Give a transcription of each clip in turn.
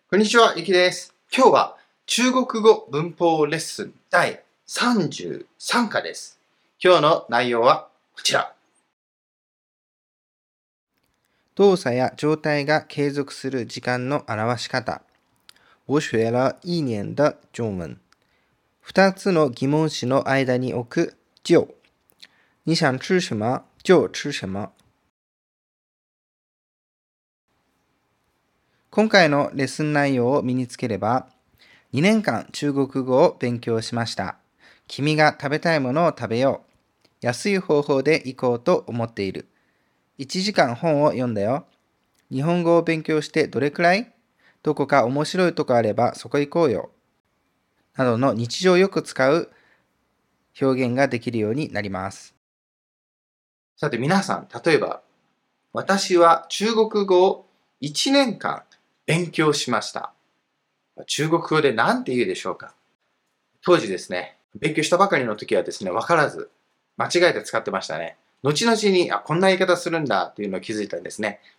こんにちは、ゆきです。今日は中国語文法レッスン第33課です。今日の内容はこちら。 動作や状態が継続する時間の表し方。我学了1年的中文。2つの疑問詞の間に置く就。你想吃什么就吃什么。今回のレッスン内容を身につければ、2年間中国語を勉強しました。君が食べたいものを食べよう。安い方法で行こうと思っている。1時間本を読んだよ。日本語を勉強してどれくらい？どこか面白いとこあればそこ行こうよ。などの日常よく使う表現ができるようになります。 さて皆さん、例えば、私は中国語を1年間勉強しました。中国語で何て言うでしょうか？当時ですね、勉強したばかりの時はですね、わからず、間違えて使ってましたね。後々に、こんな言い方するんだというのを気づいたんですね。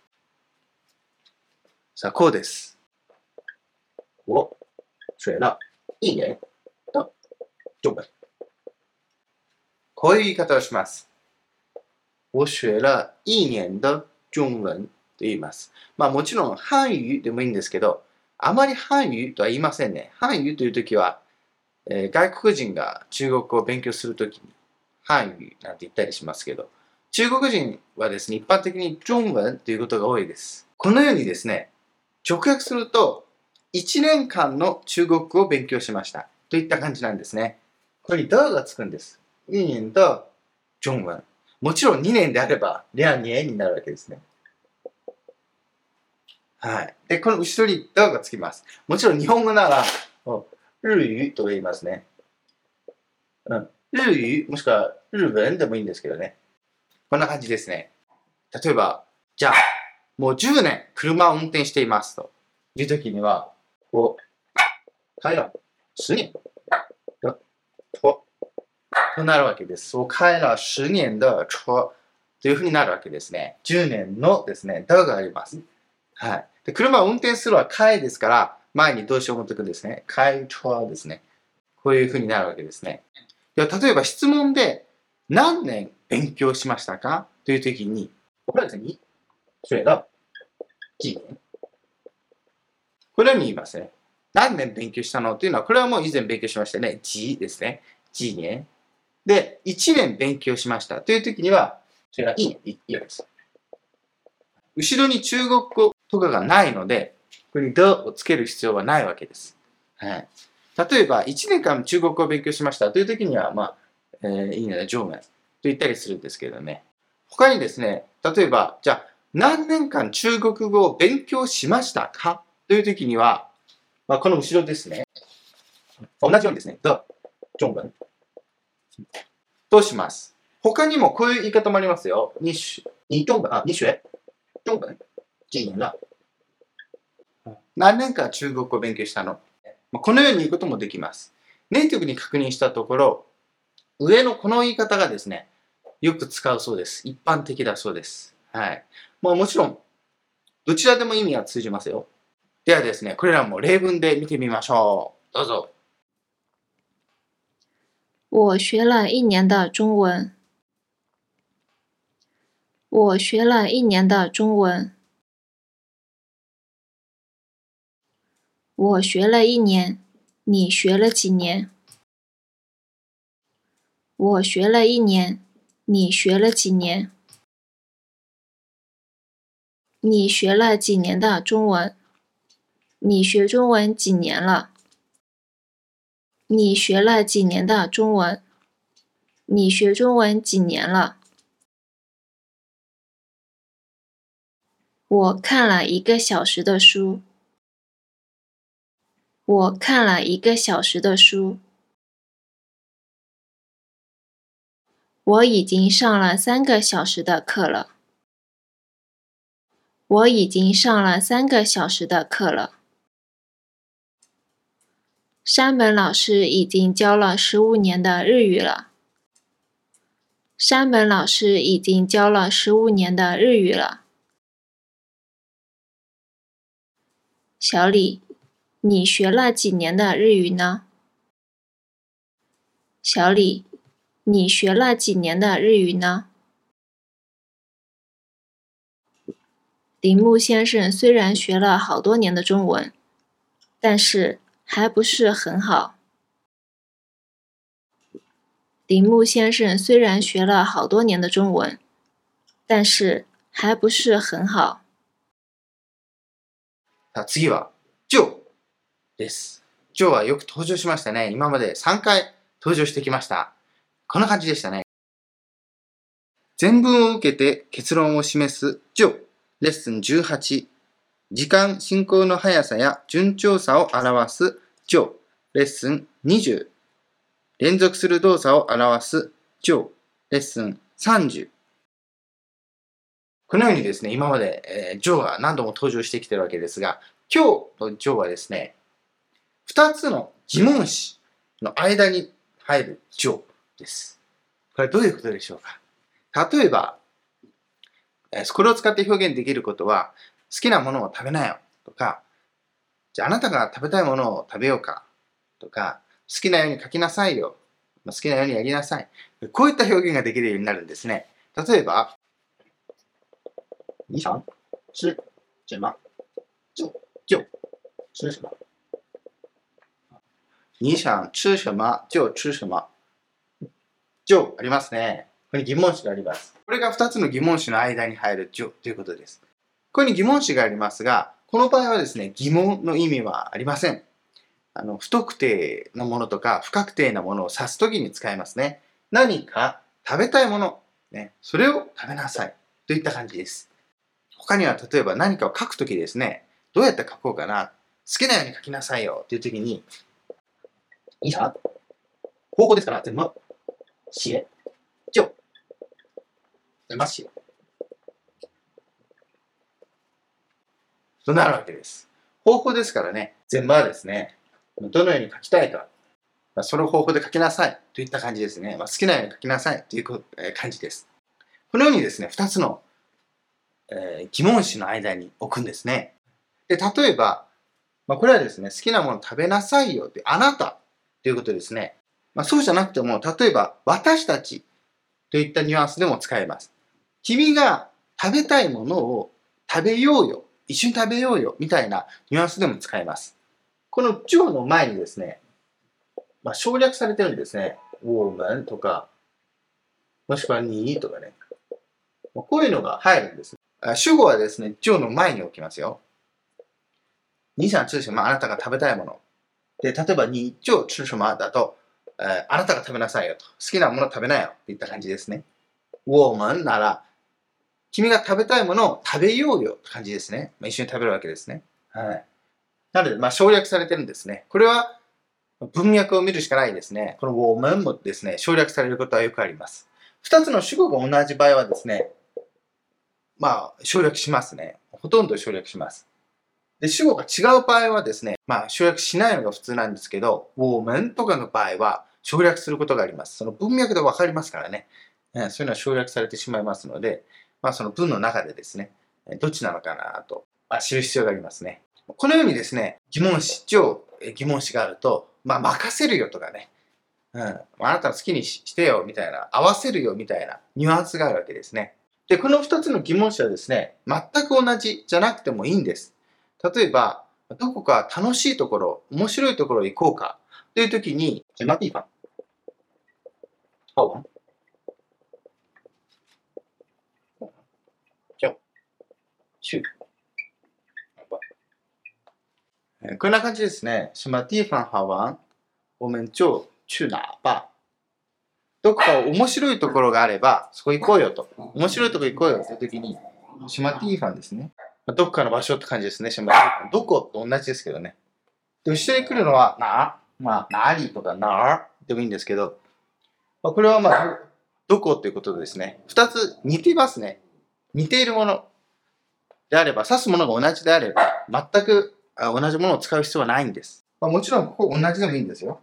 さあ、こうです。我学了1年的中文。こういう言い方をします。我学了1年的中文と言います。もちろん、漢語でもいいんですけど、あまり漢語とは言いませんね。漢語というときは、外国人が中国語を勉強するときに、漢語なんて言ったりしますけど、中国人はですね、一般的に中文ということが多いです。このようにですね、直訳すると、1年間の中国語を勉強しました。といった感じなんですね。これに的がつくんです。1年的中文。もちろん2年であれば、2年になるわけですね。はい。で、この後ろに的がつきます。もちろん日本語なら、日語と言いますね。日語もしくは日文でもいいんですけどね。こんな感じですね。例えば、じゃあ、もう10年車を運転していますというときには、開了10年的車となるわけです。開了10年的車というふうになるわけですね。10年のですね、的があります。はい。で、車を運転するは開ですから、前に動詞を持っていくんですね。開車ですね。こういうふうになるわけですね。では例えば質問で、何年勉強しましたかというときに、これはですね、学了几年。これを言いますね。何年勉強したのというのは、これはもう以前勉強しましたね。几ですね。几年。で、1年勉強しましたというときには、それがいいです。後ろに中国語とかがないので、これに的をつける必要はないわけです。はい。例えば、1年間中国語を勉強しましたというときには、いいね、上面と言ったりするんですけどね。他にですね、例えば、じゃあ、何年間中国語を勉強しましたかというときには、この後ろですね。同じようにですね、的、中文とします。他にもこういう言い方もありますよ。你学中文几年了。何年間中国語を勉強したの？このように言うこともできます。ネイティブに確認したところ、上のこの言い方がですね、よく使うそうです。一般的だそうです。はい。もちろん、どちらでも意味は通じますよ。ではですね、これらも例文で見てみましょう。どうぞ。 我学了1年的中文。我学了1年的中文。我学了1年，你学了几年？我学了1年，你学了几年？你学了几年的中文？你学中文几年了？你学了几年的中文？你学中文几年了？我看了1个小时的书。我看了1个小时的书。我已经上了3个小时的课了。我已经上了3个小时的课了。山本老师已经教了15年的日语了。山本老师已经教了15年的日语了。小李， 你学了几年的日语呢？小李，你学了几年的日语呢？铃木先生虽然学了好多年的中文，但是还不是很好。铃木先生虽然学了好多年的中文，但是还不是很好。 次は、ジョーです。ジョーはよく登場しましたね。今まで3回登場してきました。こんな感じでしたね。全文を受けて結論を示すジョー。レッスン18。時間進行の速さや順調さを表すジョー。レッスン20。連続する動作を表すジョー。レッスン30。このようにですね、今まで、ジョーが何度も登場してきているわけですが、今日のジョーはですね、2つの疑問詞の間に入るジョーです。これどういうことでしょうか。例えば、これを使って表現できることは、好きなものを食べなよとか、じゃああなたが食べたいものを食べようかとか、好きなように書きなさいよ。好きなようにやりなさい。こういった表現ができるようになるんですね。例えば、你想吃什么就吃什么。你想吃什么就吃什么。就ありますね。ここに疑問詞があります。これが2つの疑問詞の間に入る就ということです。ここに疑問詞がありますが、この場合はですね、疑問の意味はありません。不特定のものとか不確定なものを指すときに使いますね。何か食べたいもの、ね、それを食べなさいといった感じです。他には例えば何かを書くときですね、どうやって書こうかな、好きなように書きなさいよというときに、いいさ、方法ですから全部写就怎么写となるわけです。方法ですからね、全部はですね、どのように書きたいか、その方法で書きなさいといった感じですね。好きなように書きなさいという感じです。このようにですね、2つの疑問詞の間に置くんですね。で、例えば、これはですね、好きなもの食べなさいよって、あなたということですね。そうじゃなくても、例えば、私たちといったニュアンスでも使えます。君が食べたいものを食べようよ、一緒に食べようよ、みたいなニュアンスでも使えます。このジョーの前にですね、省略されてるんですね。我们とか、もしくは你とかね。こういうのが入るんです。主語はですね、ジョーの前に置きますよ。你想吃什么？あなたが食べたいもの。で、例えば你就吃什么だと、あなたが食べなさいよと。好きなもの食べなよといった感じですね。我们なら、君が食べたいものを食べようよって感じですね。一緒に食べるわけですね。はい。なので、省略されてるんですね。これは文脈を見るしかないですね。この我们もですね、省略されることはよくあります。二つの主語が同じ場合はですね、省略しますね。ほとんど省略します。で、主語が違う場合はですね、省略しないのが普通なんですけど、我们とかの場合は省略することがあります。その文脈でわかりますからね。そういうのは省略されてしまいますので、その文の中でですね、どっちなのかなと、知る必要がありますね。このようにですね、疑問詞、疑問詞があると、任せるよとかね、あなたの好きにしてよみたいな、合わせるよみたいなニュアンスがあるわけですね。で、この2つの疑問詞はですね、全く同じじゃなくてもいいんです。例えば、どこか楽しいところ、面白いところ行こうかというときに、什么地方？好玩？就去。こんな感じですね。什么地方好玩？我们就去哪吧。どこか面白いところがあれば、そこ行こうよと。面白いところ行こうよというときに、什么地方ですね。どこかの場所って感じですね。什么地方。どこと同じですけどね。で、後ろに来るのは、哪里とか哪でもいいんですけど、これはどこということですね。二つ似ていますね。似ているものであれば、指すものが同じであれば、全く同じものを使う必要はないんです。もちろん、ここ同じでもいいんですよ。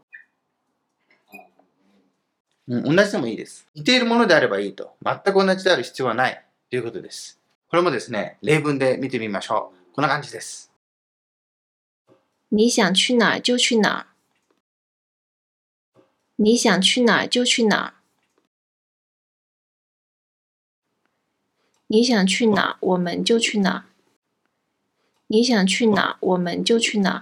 同じでもいいです。似ているものであればいいと。全く同じである必要はないということです。これもですね、例文で見てみましょう。こんな感じです。 你想去哪儿就去哪儿。你想去哪儿就去哪儿。你想去哪儿，我们就去哪儿。你想去哪儿，我们就去哪儿。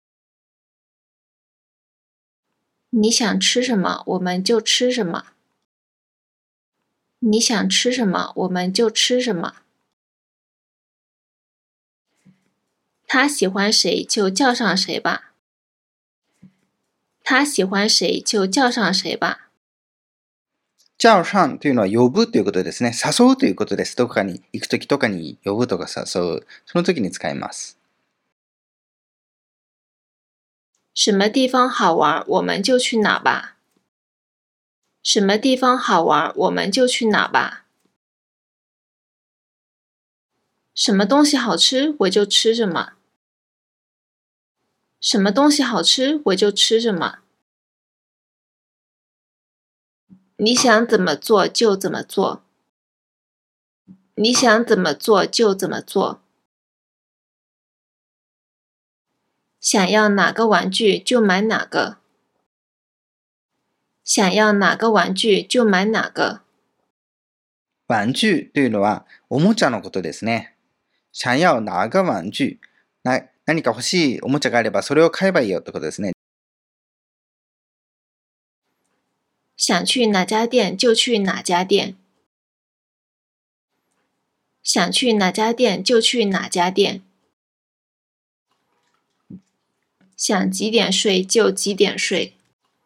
你想吃什么，我们就吃什么。你想吃什么，我们就吃什么。他喜欢谁就叫上谁吧。他喜欢谁就叫上谁吧。 叫上というのは呼ぶということですね。誘うということです。どこかに行くときとかに呼ぶとか誘う。その時に使います。 什么地方好玩，我们就去哪吧。什么地方好玩，我们就去哪吧。什么东西好吃，我就吃什么。什么东西好吃，我就吃什么。你想怎么做就怎么做。你想怎么做就怎么做。想要哪个玩具就买哪个。想要哪个玩具就買哪个。 玩具というのはおもちゃのことですね。想要哪个玩具。何か欲しいおもちゃがあればそれを買えばいいよってことですね。 想去哪家店就去哪家店。想去哪家店就去哪家店。想几点睡就几点睡。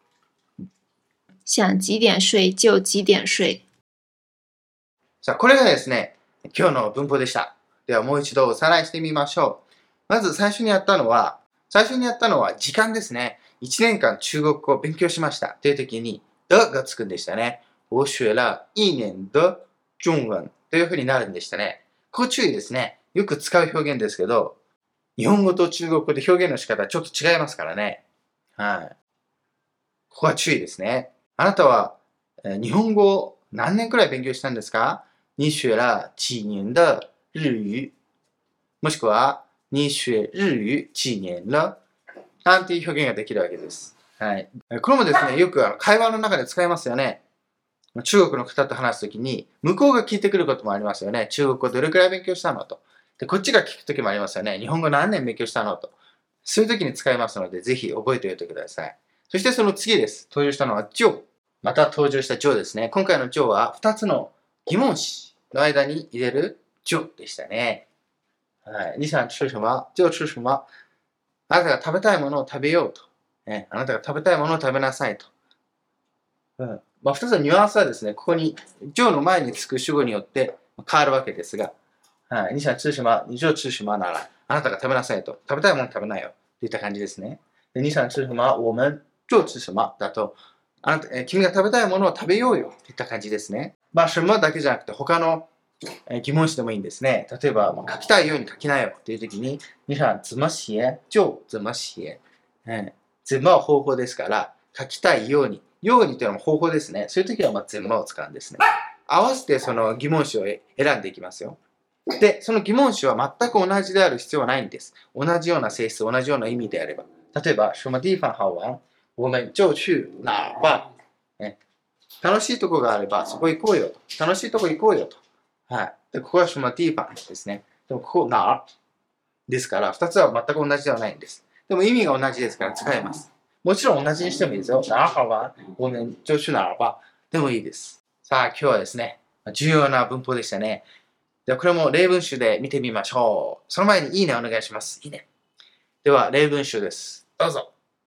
想几点睡就几点睡。 さあ、これがですね、今日の文法でした。ではもう一度おさらいしてみましょう。まず最初にやったのは時間ですね。1年間中国語を勉強しましたという時に、的がつくんでしたね。我学了1年的中文というふうになるんでしたね。ここ注意ですね。よく使う表現ですけど、日本語と中国語で表現の仕方はちょっと違いますからね。はい。ここは注意ですね。あなたは日本語を何年くらい勉強したんですか？你学了几年的日语。もしくは、你学日语几年了。なんていう表現ができるわけです。はい。これもですね、よく会話の中で使いますよね。中国の方と話すときに、向こうが聞いてくることもありますよね。中国語どれくらい勉強したのと。で、こっちが聞くときもありますよね。日本語何年勉強したのと。そういうときに使いますので、ぜひ覚えておいてください。そしてその次です。登場したのは、上。また登場した上ですね。今回の上は2つの疑問詞の間に入れる上でしたね。はい。你想吃什么就吃什么。あなたが食べたいものを食べようと。あなたが食べたいものを食べなさいと。2つのニュアンスはですね、ここに上の前につく主語によって変わるわけですが、はい。你想吃什么你就吃什么なら、あなたが食べなさいと。食べたいもの食べなよ。といった感じですね。で、你想吃什么我们就吃什么だと、君が食べたいものを食べようよといった感じですね。什么だけじゃなくて他の疑問詞でもいいんですね。例えば、書きたいように書きなよという時に、你想怎么写就怎么写。怎么は方法ですから、書きたいように。ようにというのも方法ですね。そういう時は怎么を使うんですね。合わせてその疑問詞を選んでいきますよ。で、その疑問詞は全く同じである必要はないんです。同じような性質、同じような意味であれば。例えば、什么地方好玩我们就去哪儿吧。楽しいとこがあればそこ行こうよと。楽しいとこ行こうよと。はい。で、ここは什么地方ですね。でもここ哪儿ですから、二つは全く同じではないんです。でも意味が同じですから使えます。もちろん同じにしてもいいですよ。哪儿好玩我们就去哪儿吧。でもいいです。さあ、今日はですね、重要な文法でしたね。では、これも例文集で見てみましょう。その前にいいねお願いします。いいね。では、例文集です。どうぞ。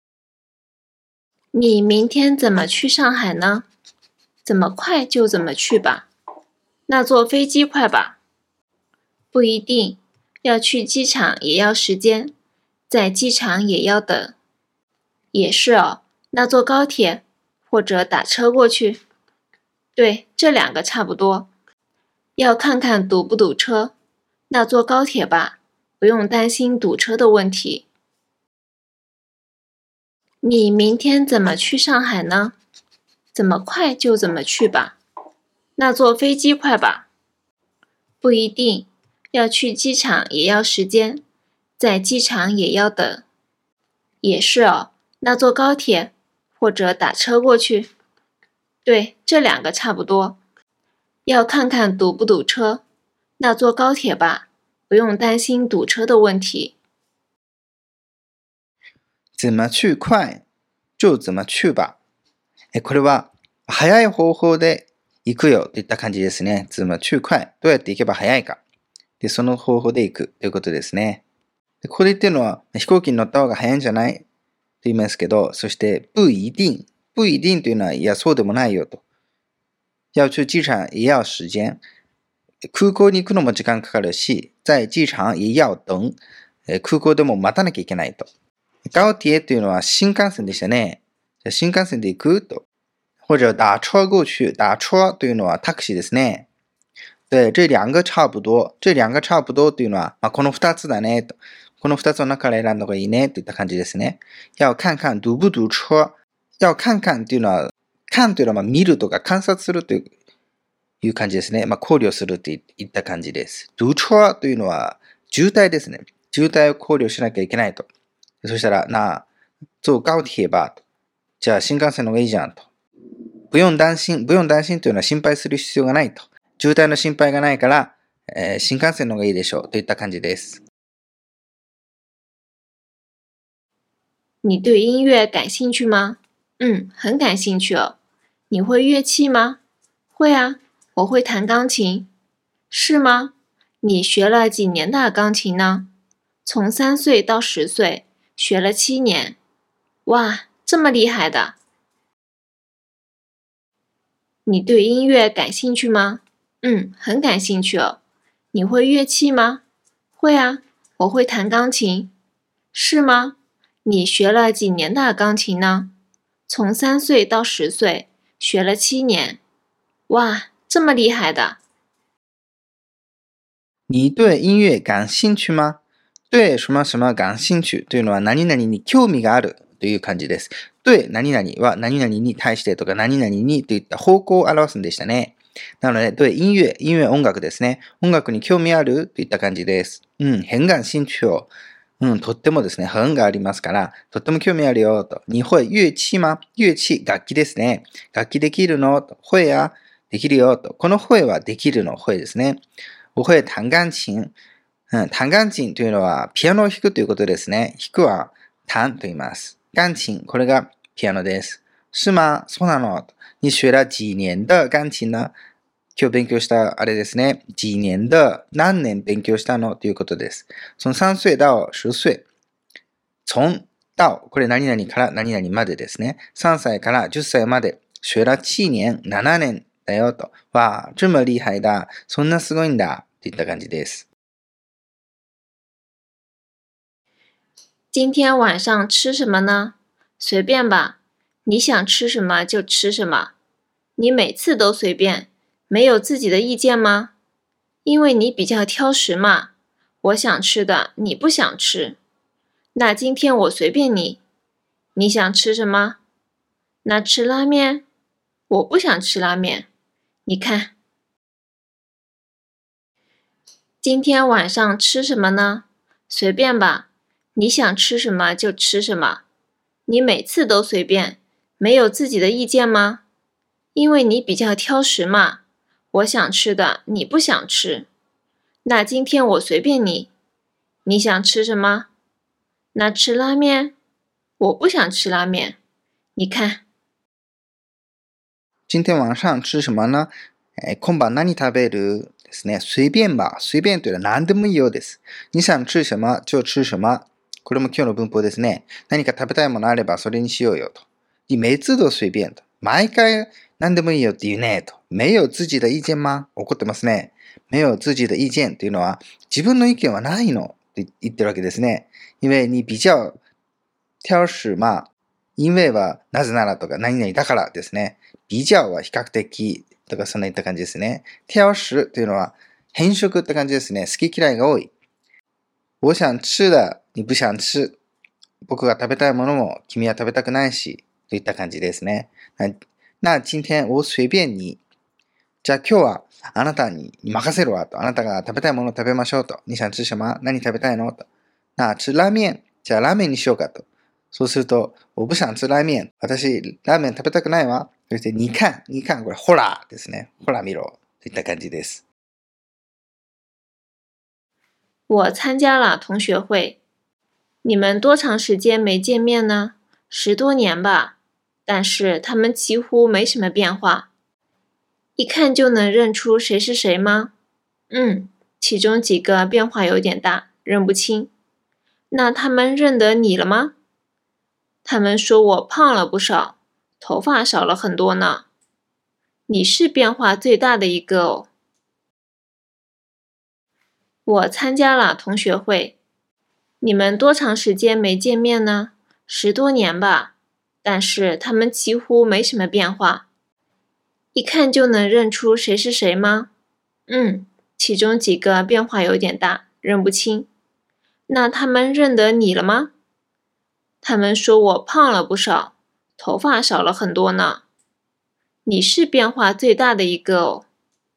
你明天怎么去上海呢？怎么快就怎么去吧。那坐飞机快吧？不一定，要去机场也要时间，在机场也要等。也是哦，那坐高铁或者打车过去？对，这两个差不多。要看看堵不堵车，那坐高铁吧，不用担心堵车的问题。你明天怎么去上海呢？怎么快就怎么去吧。那坐飞机快吧？不一定，要去机场也要时间，在机场也要等。 也是哦，那坐高铁或者打车过去。对，这两个差不多。要看看堵不堵车，那坐高铁吧，不用担心堵车的问题。 怎么去快就怎么去吧。これは早い方法で行くよといった感じですね。怎么去快、どうやって行けば早いか。で、その方法で行くということですね。でここで言ってるのは、飛行機に乗った方が早いんじゃないと言いますけど、そして、不一定。不一定というのは、いや、そうでもないよと。要去機場也要時間。空港に行くのも時間かかるし、在機場也要等。空港でも待たなきゃいけないと。高铁というのは新幹線でしたね。じゃ新幹線で行くと。或者打車过去。打車というのはタクシーですね。对、这两个差不多。这两个差不多というのは、この二つだねと。この二つの中から選んだ方がいいねといった感じですね。要看看堵不堵車。要看看というのは、看というのは見るとか観察するという感じですね。考慮するといった感じです。堵車というのは渋滞ですね。渋滞を考慮しなきゃいけないと。そしたら、坐高铁吧。じゃあ新幹線の方がいいじゃんと。不用担心。不用担心というのは心配する必要がないと。渋滞の心配がないから、新幹線の方がいいでしょうといった感じです。 你对音乐感兴趣吗？很感兴趣哦。你会乐器吗？会啊，我会弹钢琴。是吗？你学了几年的钢琴呢？从3岁到10岁，学了7年。哇，这么厉害的！你对音乐感兴趣吗？很感兴趣哦。你会乐器吗？会啊，我会弹钢琴。是吗？你学了几年的钢琴呢？从3岁到10岁，学了7年。哇，这么厉害的！ 你对音乐感興趣吗？对什么什么感興趣というのは何々に興味があるという感じです。对何々は何々に対してとか何々にといった方向を表すんでしたね。なので、对音乐音楽ですね。音楽に興味あるといった感じです。很感興趣を。とってもですね、很がありますから、とっても興味あるよと。你会乐器吗？乐器、楽器ですね。楽器できるのと。会や、できるよと。この会はできるの会ですね。我会弹钢琴。弹钢琴というのはピアノを弾くということですね。弾くは弹と言います。钢琴、これがピアノです。是吗？そうなの？你学了几年的钢琴呢？今日勉強したあれですね。几年的何年勉強したのということです。从3岁到10岁。从到、これ何々から何々までですね。3歳から10歳まで。学了7年、7年だよと。わあ、这么厉害だ。そんなすごいんだ。といった感じです。 今天晚上吃什么呢？随便吧，你想吃什么就吃什么。你每次都随便，没有自己的意见吗？因为你比较挑食嘛，我想吃的你不想吃。那今天我随便你，你想吃什么？那吃拉面？我不想吃拉面。你看，今天晚上吃什么呢？随便吧。你想吃什么就吃什么。你每次都随便，没有自己的意见吗？因为你比较挑食嘛，我想吃的你不想吃。那今天我随便你，你想吃什么？那吃拉面？我不想吃拉面。你看。 今天晚上吃什么呢？今晩何食べるですね。随便吧。随便というのは何でもいいようです。你想吃什么就吃什么。これも今日の文法ですね。何か食べたいものあればそれにしようよと。每次都随便と。毎回何でもいいよって言うねと。没有自己的意見吗？怒ってますね。没有自己的意見というのは自分の意見はないのって言ってるわけですね。因为你比较挑食嘛。因为はなぜならとか何々だからですね。比較は比較的とかそんな言った感じですね。挑食というのは偏食って感じですね。好き嫌いが多い。我想吃的你不想吃。僕が食べたいものも君は食べたくないし。といった感じですね。那今天我随便你。じゃあ今日はあなたに任せるわと。あなたが食べたいものを食べましょうと。你想吃什么？何食べたいのと。那吃拉面。じゃあラーメンにしようかと。 そうすると、我不想吃拉面。私、ラーメン食べたくないわ。そして、你看、これ、ほらですね。ほら見ろ。といった感じです。 我参加了同学会。你们多长时间没见面呢？10多年吧。但是他们几乎没什么变化。一看就能认出谁是谁吗？其中几个变化有点大，认不清。那他们认得你了吗？他们说我胖了不少，头发少了很多呢。你是变化最大的一个哦。我参加了同学会。你们多长时间没见面呢？10多年吧。但是他们几乎没什么变化。一看就能认出谁是谁吗？其中几个变化有点大，认不清。那他们认得你了吗？他们说我胖了不少，头发少了很多呢。你是变化最大的一个哦。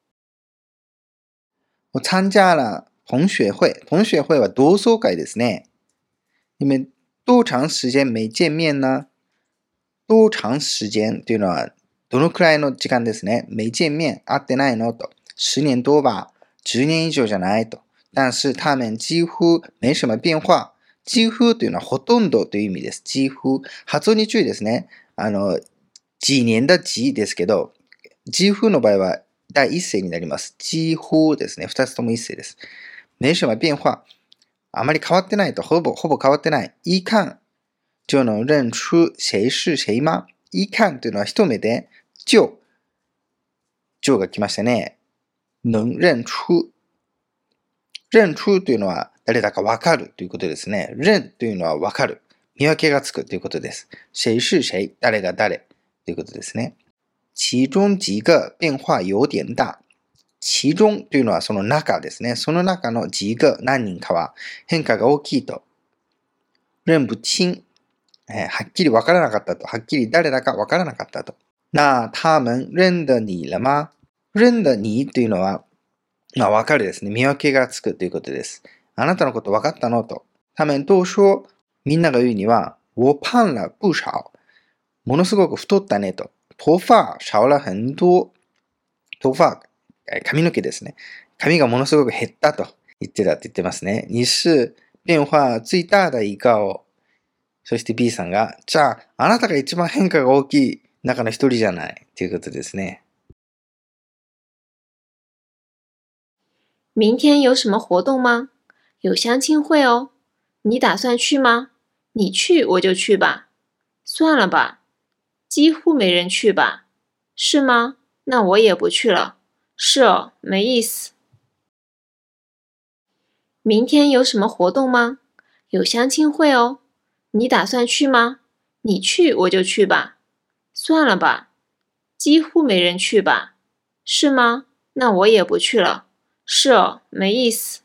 我参加了同学会。同学会は同窓会ですね。你们多長時間没見面呢？多長時間というのはどのくらいの時間ですね。没見面、会ってないのと。10年多吧。10年以上じゃないと。但是他们几乎没什么变化。几乎というのはほとんどという意味です。几乎。発音に注意ですね。几年だ几ですけど、几乎の場合は第一声になります。几乎ですね。2つとも一声です。没什么变化。あまり変わってないと。ほぼ変わってない。一看就能認出誰是誰嗎？一看というのは一目で、就が来ましたね。能認出。認出というのは誰だかわかるということですね。認というのはわかる。見分けがつくということです。誰是誰、誰が誰ということですね。其中幾個變化有點大。其中というのはその中ですね。その中の幾個何人かは変化が大きいと。認不清。はっきりわからなかったと。はっきり誰だかわからなかったと。那他们認得你了嗎？認得你というのは、わかるですね。見分けがつくということです。あなたのことわかったのと。他们都说、みんなが言うには、我胖了不少。ものすごく太ったねと。頭髮少了很多。頭髮、髪の毛ですね。髪がものすごく減ったと言ってたって言ってますね。你是變化最大的一個を。そして B さんが、じゃあ、あなたが一番変化が大きい中の一人じゃないということですね。 明天有什么活动吗？有相亲会哦。你打算去吗？你去我就去吧。算了吧，几乎没人去吧。是吗？那我也不去了。是哦，没意思。明天有什么活动吗？有相亲会哦。你打算去吗？你去我就去吧。算了吧，几乎没人去吧。是吗？那我也不去了。是哦，没意思。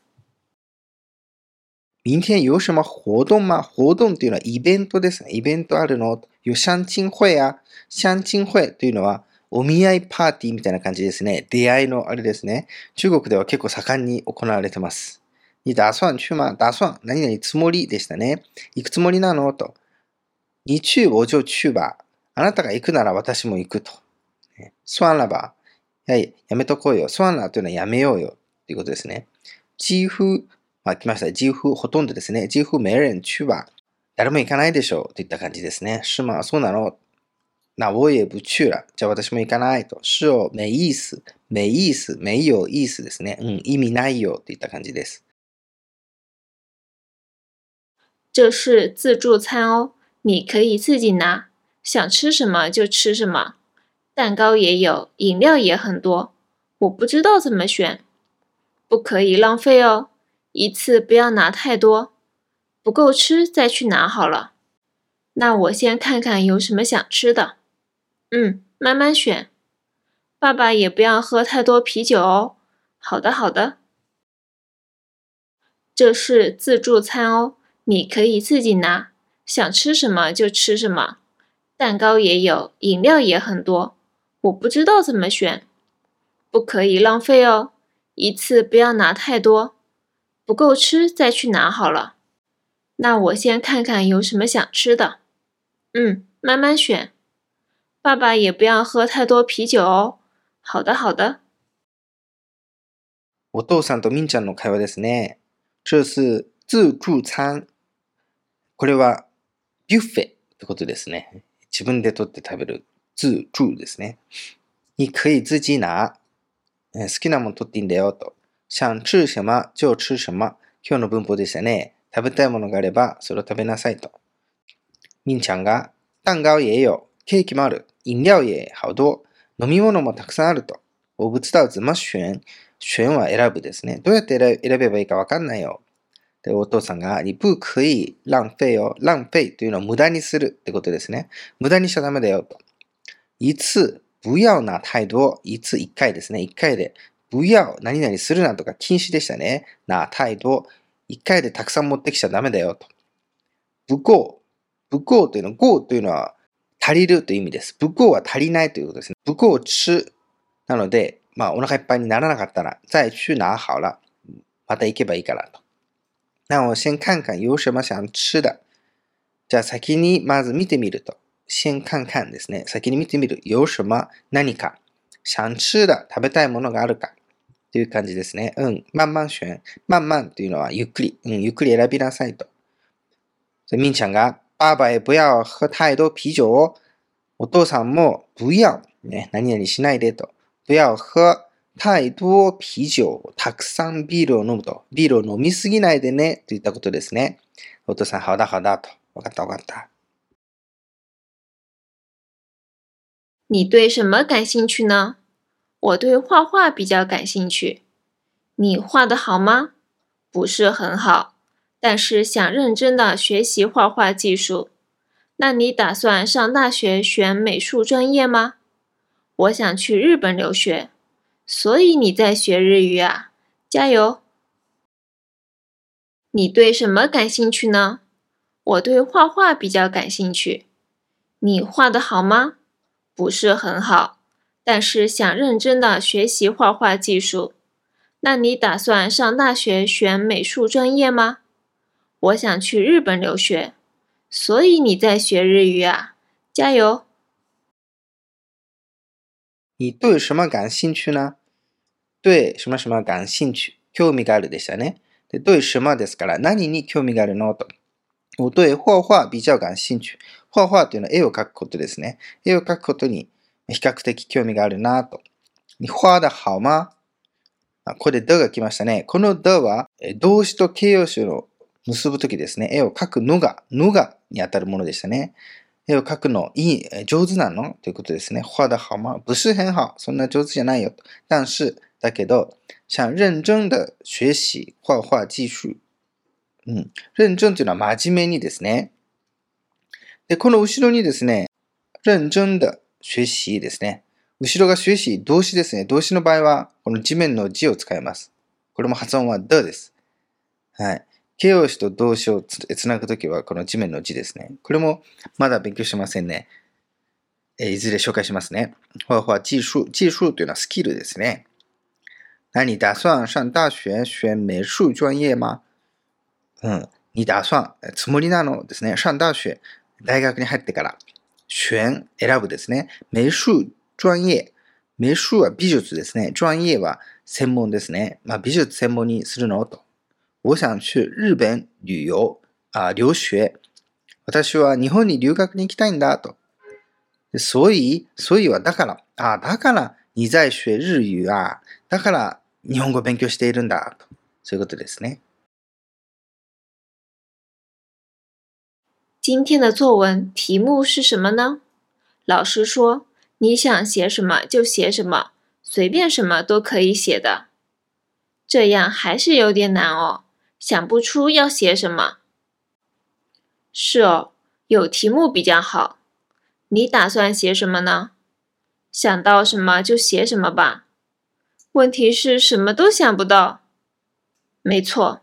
明天有什么活動吗？活動というのはイベントですね。イベントあるの？有相親会や、相親会というのはお見合いパーティーみたいな感じですね。出会いのあれですね。中国では結構盛んに行われてます。你打算去吗？打算、何々つもりでしたね。行くつもりなのと。你去我就去吧。あなたが行くなら私も行くと。算了吧。はい、やめとこうよ。算了というのはやめようよということですね。几乎、来ました。几乎、ほとんどですね。几乎没人去吧。誰も行かないでしょうといった感じですね。是吗？そうなの？那我也不去了。じゃあ私も行かないと。是哦、没意思。没意思。没有意思ですね。意味ないよといった感じです。 这是自助餐哦，你可以自己拿，想吃什么就吃什么。蛋糕也有，饮料也很多，我不知道怎么选。不可以浪费哦，一次不要拿太多，不够吃再去拿好了。那我先看看有什么想吃的。慢慢选。爸爸也不要喝太多啤酒哦。好的，好的。这是自助餐哦，你可以自己拿，想吃什么就吃什么。蛋糕也有，饮料也很多，我不知道怎么选。不可以浪费哦，一次不要拿太多，不够吃再去拿好了。那我先看看有什么想吃的。 慢慢选。爸爸也不要喝太多啤酒哦。好的，好的。 お父さんとみんちゃんの会話ですね。这是自助餐。これはビュッフェってことですね。自分で取って食べる自助ですね。你可以自己拿。好きなもの取っていいんだよと。想吃什么就吃什么。今日の文法でしたね。食べたいものがあればそれを食べなさいと。みんちゃんが蛋糕也有、ケーキもある、飲料也好多、飲み物もたくさんあると。我不知道怎么选。選は選ぶですね。どうやって選べばいいかわかんないよ。で、お父さんが、你不可以浪費よ。浪費というのは無駄にするってことですね。無駄にしちゃダメだよと。一次不要拿太多。一次一回ですね。一回で、不要何々するなとか禁止でしたね。拿太多。一回でたくさん持ってきちゃダメだよと。不夠。不夠というのは、夠というのは足りるという意味です。不夠は足りないということですね。不夠吃。なので、お腹いっぱいにならなかったら、再去拿好了。また行けばいいからと。那我先看看有什么想吃的。じゃあ先にまず見てみると。先看看ですね。先に見てみる。有什么何か。想吃的食べたいものがあるか。という感じですね。慢慢選。慢慢というのはゆっくり。ゆっくり選びなさいと。みんちゃんが、爸爸也不要喝太多啤酒を。お父さんも不要。何々しないでと。不要喝太多啤酒。たくさんビールを飲むと。ビールを飲みすぎないでね。といったことですね。お父さん、好だ好だと。わかったわかった。 你对什么感兴趣呢？我对画画比较感兴趣。你画得好吗？不是很好，但是想认真的学习画画技术。那你打算上大学选美术专业吗？我想去日本留学，所以你在学日语啊，加油！你对什么感兴趣呢？我对画画比较感兴趣。你画得好吗？不是很好，但是想认真的学习画画技术。那你打算上大学选美术专业吗？我想去日本留学，所以你在学日语啊，加油！ 你对什么感兴趣呢？对什么什么感興趣。興味があるでしたね。で、对什么ですから、何に興味があるのと。我对画画比较感興趣。画画というのは絵を描くことですね。絵を描くことに比較的興味があるなと。你画得好吗？ここで的が来ましたね。この的は動詞と形容詞を結ぶときですね。絵を描くのがにあたるものでしたね。絵を描くの上手なのということですね。画得好吗？不是很好。そんな上手じゃないよと。但是だけど想認真的学習画画技術。認真というのは真面目にですね。で、この後ろにですね、認真的学習ですね。後ろが学習、動詞ですね。動詞の場合は、この地面の字を使います。これも発音は的です。はい。形容詞と動詞をつなぐときは、この地面の字ですね。これもまだ勉強してませんね。いずれ紹介しますね。画画技術。技術というのはスキルですね。那你打算上大学选美術專業吗？你打算、つもりなのですね。上大学、大学に入ってから。選ぶですね。美術专業。美術は美術ですね。专業は専門ですね。美術専門にするのと。我想去日本留学。私は日本に留学に行きたいんだと。所以はだから。だから你在学日语啊。だから日本語を勉強しているんだと。そういうことですね。 今天的作文题目是什么呢？老师说，你想写什么就写什么，随便什么都可以写的。这样还是有点难哦，想不出要写什么。是哦，有题目比较好。你打算写什么呢？想到什么就写什么吧。问题是什么都想不到。没错。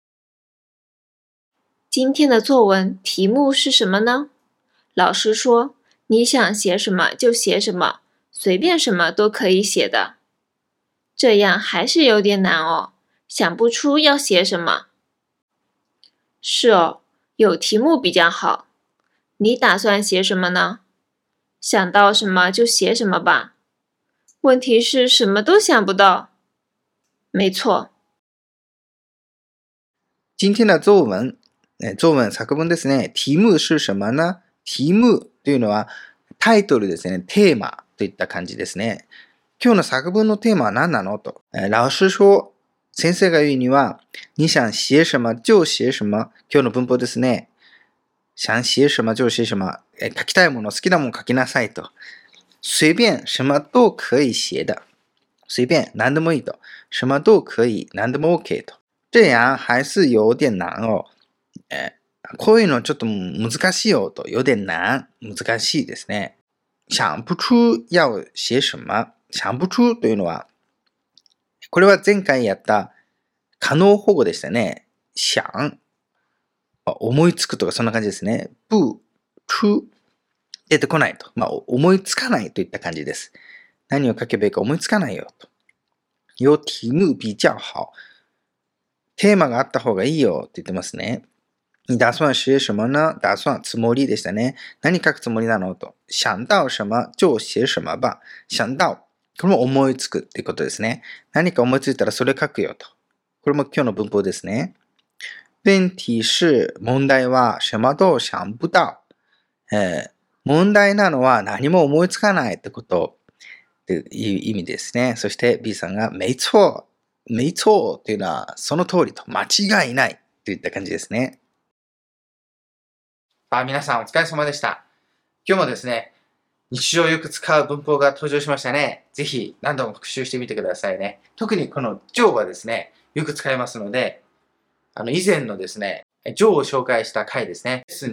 今天的作文题目是什么呢？老师说，你想写什么就写什么，随便什么都可以写的。这样还是有点难哦，想不出要写什么。是哦，有题目比较好。 你打算写什么呢？想到什么就写什么吧。问题是什么都想不到。没错。 今天の作文、作文ですね。題目是什么呢？題目というのはタイトルですね。テーマといった感じですね。今日の作文のテーマは何なのと。老師说、先生が言うには、你想写什么就写什么。今日の文法ですね。想写什么就写什么。書きたいもの、好きなもの書きなさいと。随便、什么都可以写的。随便、何でもいいと。什么都可以、何でも OK と。这样还是有点難哦。こういうのちょっと難しいよと。有点難。難しいですね。想不出要写什么。想不出というのは、これは前回やった可能保護でしたね。想。思いつくとかそんな感じですね。不出。出てこないと。思いつかないといった感じです。何を書けばいいか思いつかないよと。有題目比較好。テーマがあった方がいいよって言ってますね。你打算写什么呢？打算、つもりでしたね。何書くつもりなのと。想到什么就写什么吧。想到。これも思いつくっていうことですね。何か思いついたらそれ書くよと。これも今日の文法ですね。問題是、問題は什么都想不到。問題なのは何も思いつかないってことという意味ですね。そして B さんが没错。没错というのはその通りと。間違いないといった感じですね。 皆さんお疲れ様でした。今日もですね、日常よく使う文法が登場しましたね。ぜひ何度も復習してみてくださいね。特にこの上はですね、よく使いますので、以前のですね、上を紹介した回ですね。レッスン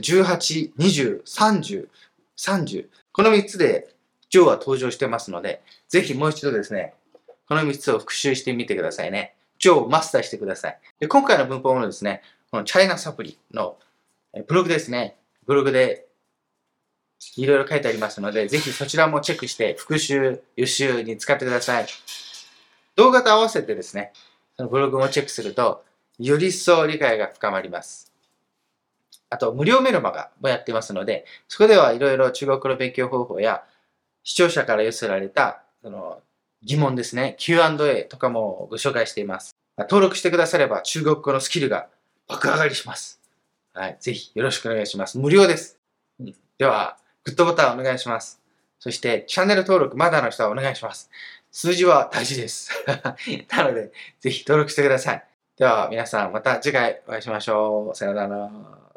18、20、30。この3つで上は登場してますので、ぜひもう一度ですね、この3つを復習してみてくださいね。上をマスターしてください。で今回の文法もですね、このチャイナサプリのブログですね。ブログでいろいろ書いてありますので、ぜひそちらもチェックして復習、予習に使ってください。動画と合わせてですね、そのブログもチェックすると、より一層理解が深まります。あと、無料メルマガもやってますので、そこではいろいろ中国語の勉強方法や、視聴者から寄せられた疑問ですね、Q&A とかもご紹介しています。登録してくだされば中国語のスキルが爆上がりします。はい、ぜひよろしくお願いします。無料です。では、グッドボタンお願いします。そして、チャンネル登録まだの人はお願いします。数字は大事です。なので、ぜひ登録してください。では、皆さんまた次回お会いしましょう。さようなら。